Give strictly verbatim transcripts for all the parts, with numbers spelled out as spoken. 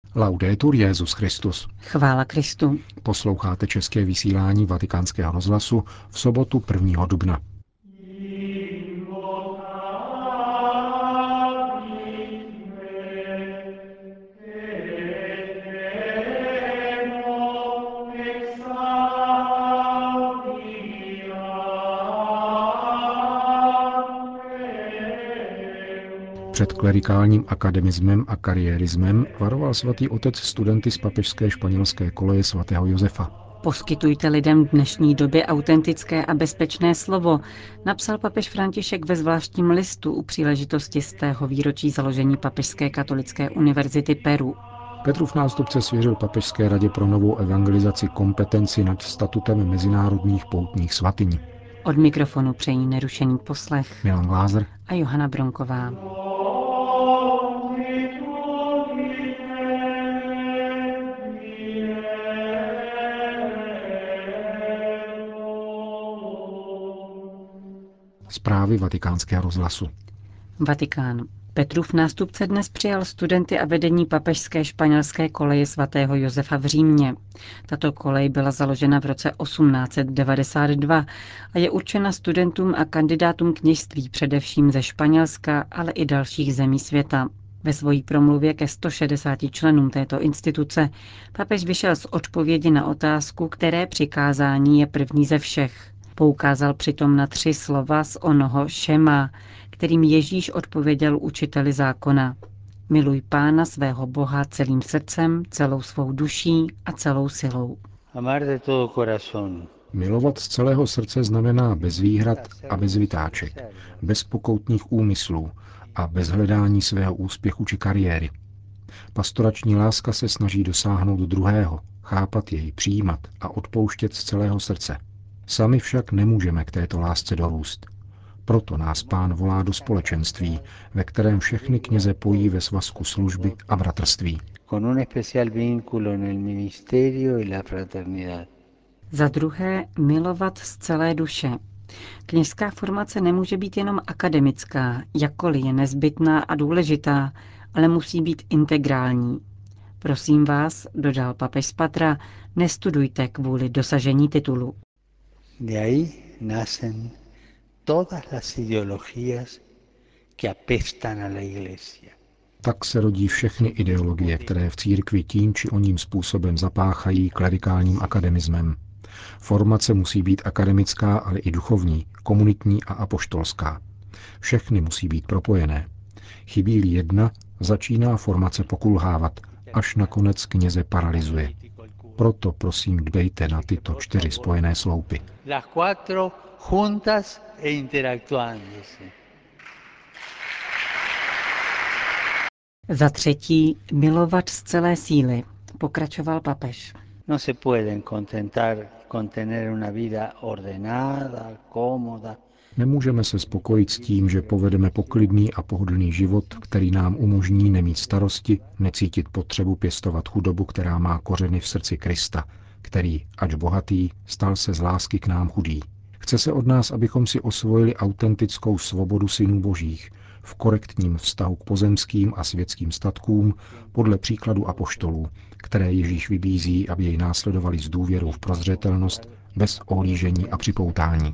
Laudetur Jesus Christus. Chvála Kristu. Posloucháte české vysílání Vatikánského rozhlasu v sobotu prvního dubna. Před klerikálním akademismem a kariérismem varoval svatý otec studenty z papežské španělské koleje svatého Josefa. Poskytujte lidem dnešní době autentické a bezpečné slovo, napsal papež František ve zvláštním listu u příležitosti stého výročí založení Papežské katolické univerzity Peru. Petrův nástupce svěřil Papežské radě pro novou evangelizaci kompetenci nad statutem mezinárodních poutních svatyň. Od mikrofonu přejí nerušený poslech Milan Glázer a Johana Bronková. Zprávy Vatikánského rozhlasu. Vatikán. Petrův nástupce dnes přijal studenty a vedení papežské španělské koleje svatého Josefa v Římě. Tato kolej byla založena v roce osmnáct set devadesát dva a je určena studentům a kandidátům kněžství především ze Španělska, ale i dalších zemí světa. Ve své promluvě ke sto šedesáti členům této instituce papež vyšel z odpovědi na otázku, které přikázání je první ze všech. Poukázal přitom na tři slova z onoho šema, kterým Ježíš odpověděl učiteli zákona. Miluj Pána svého Boha celým srdcem, celou svou duší a celou silou. Milovat z celého srdce znamená bez výhrad a bez vytáček, bez pokoutních úmyslů a bez hledání svého úspěchu či kariéry. Pastorační láska se snaží dosáhnout druhého, chápat jej, přijímat a odpouštět z celého srdce. Sami však nemůžeme k této lásce dorůst. Proto nás Pán volá do společenství, ve kterém všechny kněze pojí ve svazku služby a bratrství. Za druhé, milovat z celé duše. Kněžská formace nemůže být jenom akademická, jakkoliv je nezbytná a důležitá, ale musí být integrální. Prosím vás, dodal papež z Patra, nestudujte kvůli dosažení titulu. De ahí nacen todas las ideologías que apestan a la iglesia. Tak se rodí všechny ideologie, které v církvi tím či oním způsobem zapáchají klerikálním akademismem. Formace musí být akademická, ale i duchovní, komunitní a apoštolská. Všechny musí být propojené. Chybí-li jedna, začíná formace pokulhávat, až nakonec kněze paralyzuje. Proto prosím dbejte na tyto čtyři spojené sloupy. Las cuatro juntas e interactuándose. Za třetí, milovat z celé síly, pokračoval papež. No se pueden contentar con tener una vida ordenada, cómoda. Nemůžeme se spokojit s tím, že povedeme poklidný a pohodlný život, který nám umožní nemít starosti, necítit potřebu pěstovat chudobu, která má kořeny v srdci Krista, který, ač bohatý, stal se z lásky k nám chudý. Chce se od nás, abychom si osvojili autentickou svobodu synů božích, v korektním vztahu k pozemským a světským statkům podle příkladu apoštolů, které Ježíš vybízí, aby jej následovali s důvěrou v prozřetelnost, bez ohlížení a připoutání.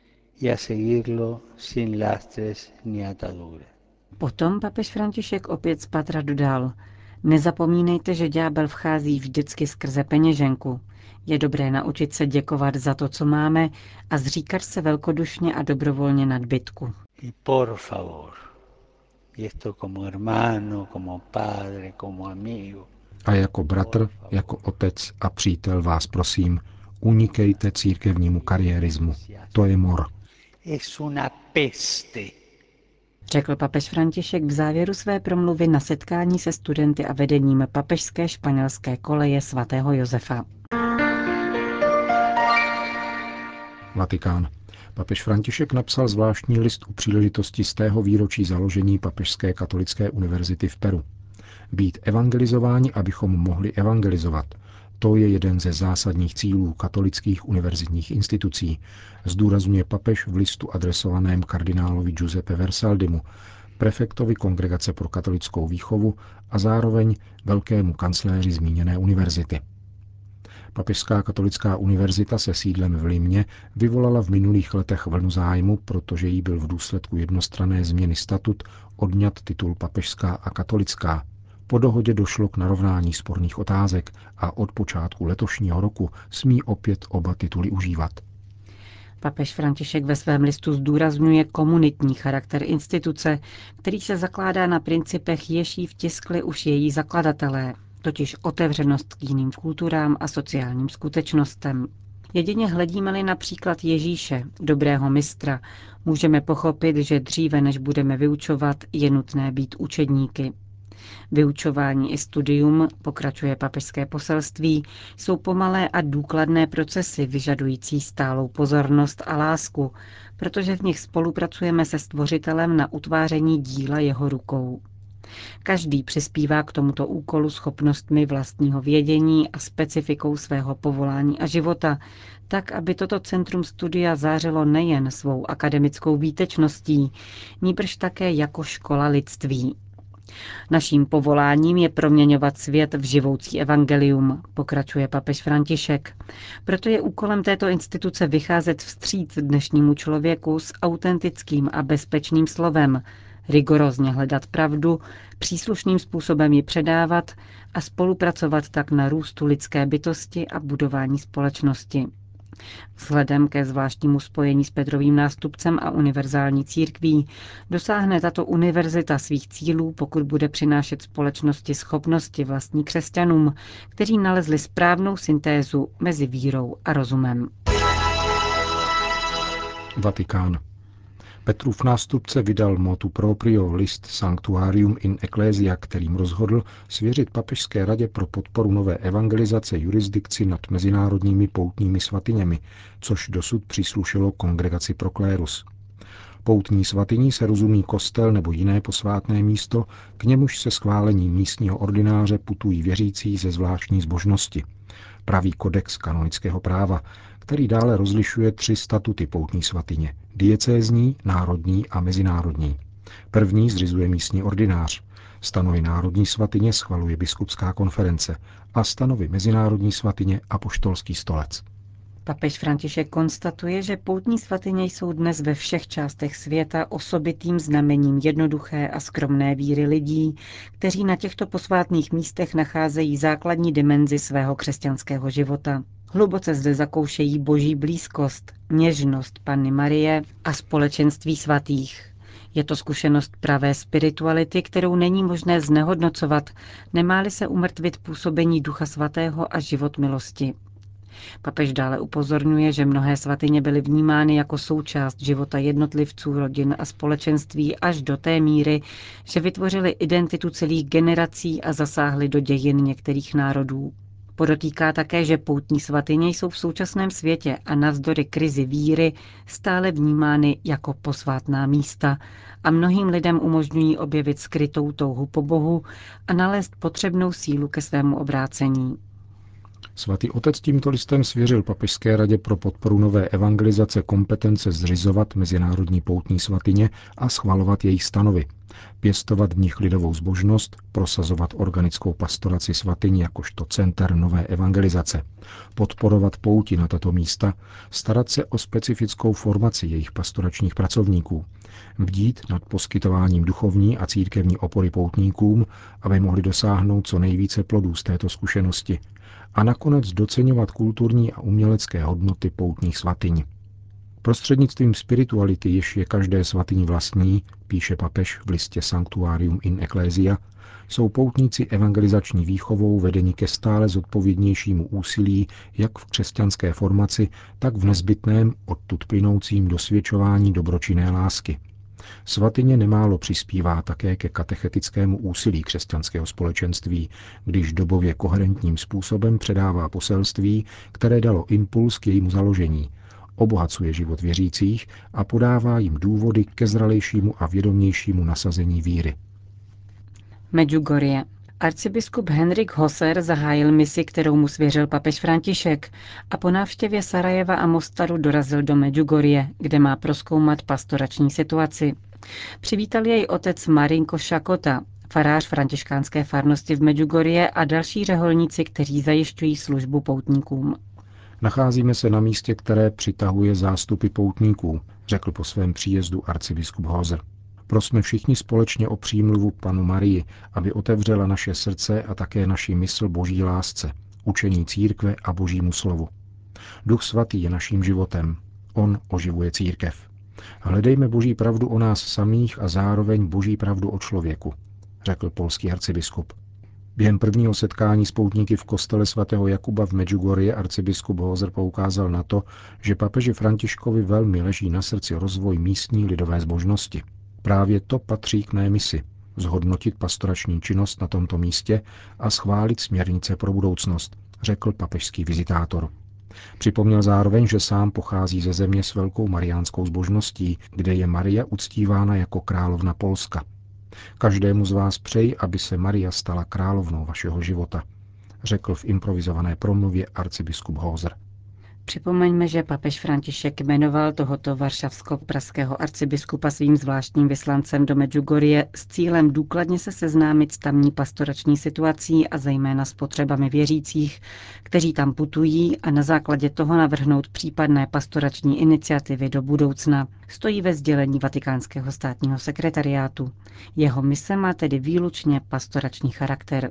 Potom papež František opět z Patra dodal, nezapomínejte, že ďábel vchází vždycky skrze peněženku. Je dobré naučit se děkovat za to, co máme a zříkat se velkodušně a dobrovolně nadbytku. Por favor. Como hermano, como padre, como amigo. A jako bratr, jako otec a přítel vás prosím, unikejte církevnímu kariérismu. To je mor. Es una peste. Řekl papež František v závěru své promluvy na setkání se studenty a vedením papežské španělské koleje svatého Josefa. Vatikán. Papež František napsal zvláštní list u příležitosti stého výročí založení Papežské katolické univerzity v Peru. Být evangelizováni, abychom mohli evangelizovat. To je jeden ze zásadních cílů katolických univerzitních institucí, zdůrazňuje papež v listu adresovaném kardinálovi Giuseppe Versaldimu, prefektovi Kongregace pro katolickou výchovu a zároveň velkému kancléři zmíněné univerzity. Papežská katolická univerzita se sídlem v Limě vyvolala v minulých letech vlnu zájmu, protože jí byl v důsledku jednostranné změny statut odňat titul papežská a katolická. Po dohodě došlo k narovnání sporných otázek a od počátku letošního roku smí opět oba tituly užívat. Papež František ve svém listu zdůrazňuje komunitní charakter instituce, který se zakládá na principech, jež jí vtiskli už její zakladatelé, totiž otevřenost k jiným kulturám a sociálním skutečnostem. Jedině hledíme-li například Ježíše, dobrého mistra, můžeme pochopit, že dříve než budeme vyučovat, je nutné být učedníky. Vyučování i studium, pokračuje papežské poselství, jsou pomalé a důkladné procesy vyžadující stálou pozornost a lásku, protože v nich spolupracujeme se Stvořitelem na utváření díla jeho rukou. Každý přispívá k tomuto úkolu schopnostmi vlastního vědění a specifikou svého povolání a života, tak, aby toto centrum studia zářilo nejen svou akademickou výtečností, nýbrž také jako škola lidství. Naším povoláním je proměňovat svět v živoucí evangelium, pokračuje papež František. Proto je úkolem této instituce vycházet vstříc dnešnímu člověku s autentickým a bezpečným slovem, rigorózně hledat pravdu, příslušným způsobem ji předávat a spolupracovat tak na růstu lidské bytosti a budování společnosti. Vzhledem ke zvláštnímu spojení s Petrovým nástupcem a univerzální církví dosáhne tato univerzita svých cílů, pokud bude přinášet společnosti schopnosti vlastní křesťanům, kteří nalezli správnou syntézu mezi vírou a rozumem. Vatikán. Petrův nástupce vydal motu proprio list Sanctuarium in Ecclesia, kterým rozhodl svěřit Papežské radě pro podporu nové evangelizace jurisdikci nad mezinárodními poutními svatyněmi, což dosud příslušelo Kongregaci pro klérus. Poutní svatyní se rozumí kostel nebo jiné posvátné místo, k němuž se schválením místního ordináře putují věřící ze zvláštní zbožnosti. Pravý kodex kanonického práva, který dále rozlišuje tři statuty poutní svatyně: diecézní, národní a mezinárodní. První zřizuje místní ordinář, stanovy národní svatyně schvaluje biskupská konference a stanovy mezinárodní svatyně apoštolský stolec. Papež František konstatuje, že poutní svatyně jsou dnes ve všech částech světa osobitým znamením jednoduché a skromné víry lidí, kteří na těchto posvátných místech nacházejí základní dimenzi svého křesťanského života. Hluboce zde zakoušejí boží blízkost, něžnost Panny Marie a společenství svatých. Je to zkušenost pravé spirituality, kterou není možné znehodnocovat, nemá-li se umrtvit působení Ducha Svatého a život milosti. Papež dále upozorňuje, že mnohé svatyně byly vnímány jako součást života jednotlivců, rodin a společenství až do té míry, že vytvořily identitu celých generací a zasáhly do dějin některých národů. Podotýká také, že poutní svatyně jsou v současném světě a navzdory krizi víry stále vnímány jako posvátná místa a mnohým lidem umožňují objevit skrytou touhu po Bohu a nalézt potřebnou sílu ke svému obrácení. Svatý otec tímto listem svěřil Papežské radě pro podporu nové evangelizace kompetence zřizovat mezinárodní poutní svatyně a schvalovat jejich stanovy, pěstovat v nich lidovou zbožnost, prosazovat organickou pastoraci svatyní jakožto center nové evangelizace, podporovat pouti na tato místa, starat se o specifickou formaci jejich pastoračních pracovníků, bdít nad poskytováním duchovní a církevní opory poutníkům, aby mohli dosáhnout co nejvíce plodů z této zkušenosti, a nakonec doceňovat kulturní a umělecké hodnoty poutních svatyň. Prostřednictvím spirituality, jež je každé svatyni vlastní, píše papež v listě Sanctuarium in Ecclesia, jsou poutníci evangelizační výchovou vedeni ke stále zodpovědnějšímu úsilí jak v křesťanské formaci, tak v nezbytném, odtud plynoucím dosvědčování dobročinné lásky. Svatyně nemálo přispívá také ke katechetickému úsilí křesťanského společenství, když dobově koherentním způsobem předává poselství, které dalo impuls k jejímu založení, obohacuje život věřících a podává jim důvody ke zralejšímu a vědomějšímu nasazení víry. Medjugorje. Arcibiskup Henrik Hosser zahájil misi, kterou mu svěřil papež František, a po návštěvě Sarajeva a Mostaru dorazil do Medjugorje, kde má prozkoumat pastorační situaci. Přivítal jej otec Marinko Šakota, farář františkánské farnosti v Medjugorje a další řeholníci, kteří zajišťují službu poutníkům. Nacházíme se na místě, které přitahuje zástupy poutníků, řekl po svém příjezdu arcibiskup Hozer. Prosme všichni společně o přímluvu Panu Marii, aby otevřela naše srdce a také naši mysl Boží lásce, učení církve a Božímu slovu. Duch svatý je naším životem. On oživuje církev. Hledejme Boží pravdu o nás samých a zároveň Boží pravdu o člověku, řekl polský arcibiskup. Během prvního setkání s poutníky v kostele svatého Jakuba v Medjugorje arcibiskup Hozer poukázal na to, že papeži Františkovi velmi leží na srdci rozvoj místní lidové zbožnosti. Právě to patří k mé misi – zhodnotit pastorační činnost na tomto místě a schválit směrnice pro budoucnost, řekl papežský vizitátor. Připomněl zároveň, že sám pochází ze země s velkou mariánskou zbožností, kde je Maria uctívána jako královna Polska. Každému z vás přeji, aby se Maria stala královnou vašeho života, řekl v improvizované promluvě arcibiskup Hozer. Připomeňme, že papež František jmenoval tohoto varšavsko-pražského arcibiskupa svým zvláštním vyslancem do Medjugorje s cílem důkladně se seznámit s tamní pastorační situací a zejména s potřebami věřících, kteří tam putují, a na základě toho navrhnout případné pastorační iniciativy do budoucna, stojí ve sdělení Vatikánského státního sekretariátu. Jeho mise má tedy výlučně pastorační charakter.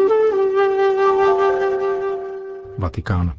Vatikán.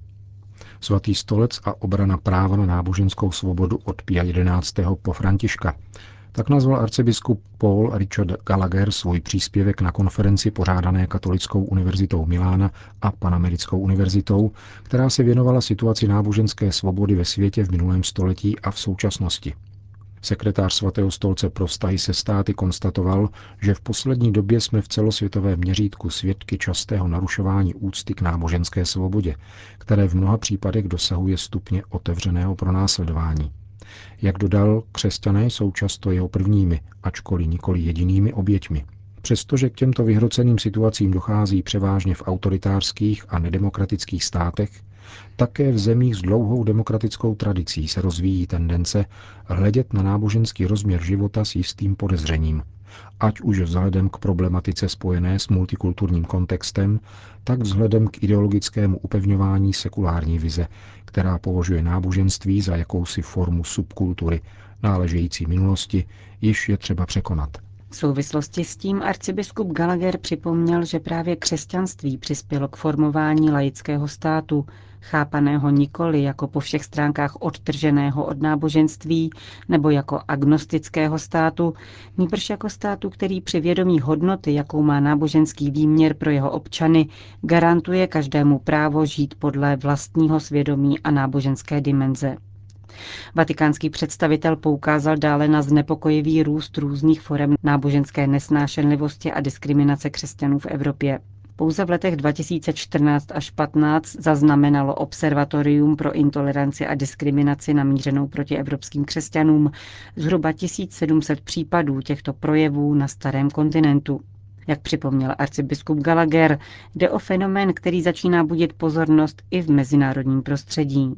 Svatý stolec a obrana práva na náboženskou svobodu od Pia jedenáctého po Františka. Tak nazval arcibiskup Paul Richard Gallagher svůj příspěvek na konferenci pořádané Katolickou univerzitou Milána a Panamerickou univerzitou, která se věnovala situaci náboženské svobody ve světě v minulém století a v současnosti. Sekretář svatého stolce pro vztahy se státy konstatoval, že v poslední době jsme v celosvětovém měřítku svědky častého narušování úcty k náboženské svobodě, které v mnoha případech dosahuje stupně otevřeného pronásledování. Jak dodal, křesťané jsou často jeho prvními, ačkoliv nikoli jedinými oběťmi. Přestože k těmto vyhroceným situacím dochází převážně v autoritářských a nedemokratických státech, také v zemích s dlouhou demokratickou tradicí se rozvíjí tendence hledět na náboženský rozměr života s jistým podezřením, ať už vzhledem k problematice spojené s multikulturním kontextem, tak vzhledem k ideologickému upevňování sekulární vize, která považuje náboženství za jakousi formu subkultury, náležející minulosti, již je třeba překonat. V souvislosti s tím arcibiskup Gallagher připomněl, že právě křesťanství přispělo k formování laického státu, chápaného nikoli jako po všech stránkách odtrženého od náboženství nebo jako agnostického státu, nýbrž jako státu, který při vědomí hodnoty, jakou má náboženský výměr pro jeho občany, garantuje každému právo žít podle vlastního svědomí a náboženské dimenze. Vatikánský představitel poukázal dále na znepokojivý růst různých forem náboženské nesnášenlivosti a diskriminace křesťanů v Evropě. Pouze v letech dva tisíce čtrnáct až patnáct zaznamenalo Observatorium pro intoleranci a diskriminaci namířenou proti evropským křesťanům zhruba tisíc sedm set případů těchto projevů na starém kontinentu. Jak připomněl arcibiskup Gallagher, jde o fenomén, který začíná budit pozornost i v mezinárodním prostředí.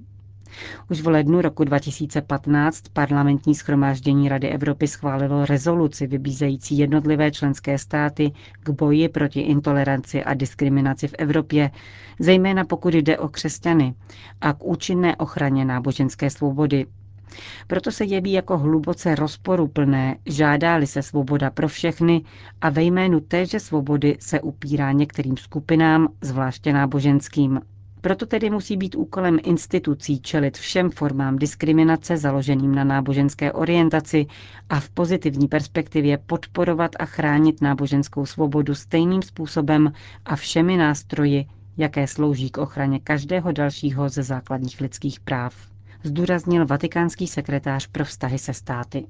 Už v lednu roku dva tisíce patnáct parlamentní shromáždění Rady Evropy schválilo rezoluci vybízející jednotlivé členské státy k boji proti intoleranci a diskriminaci v Evropě, zejména pokud jde o křesťany, a k účinné ochraně náboženské svobody. Proto se jeví jako hluboce rozporuplné, žádá-li se svoboda pro všechny a ve jménu téže svobody se upírá některým skupinám, zvláště náboženským. Proto tedy musí být úkolem institucí čelit všem formám diskriminace založeným na náboženské orientaci a v pozitivní perspektivě podporovat a chránit náboženskou svobodu stejným způsobem a všemi nástroji, jaké slouží k ochraně každého dalšího ze základních lidských práv, zdůraznil vatikánský sekretář pro vztahy se státy.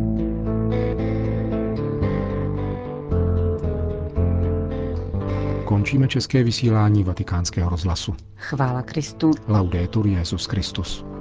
Končíme české vysílání Vatikánského rozhlasu. Chvála Kristu. Laudetur Jesus Christus.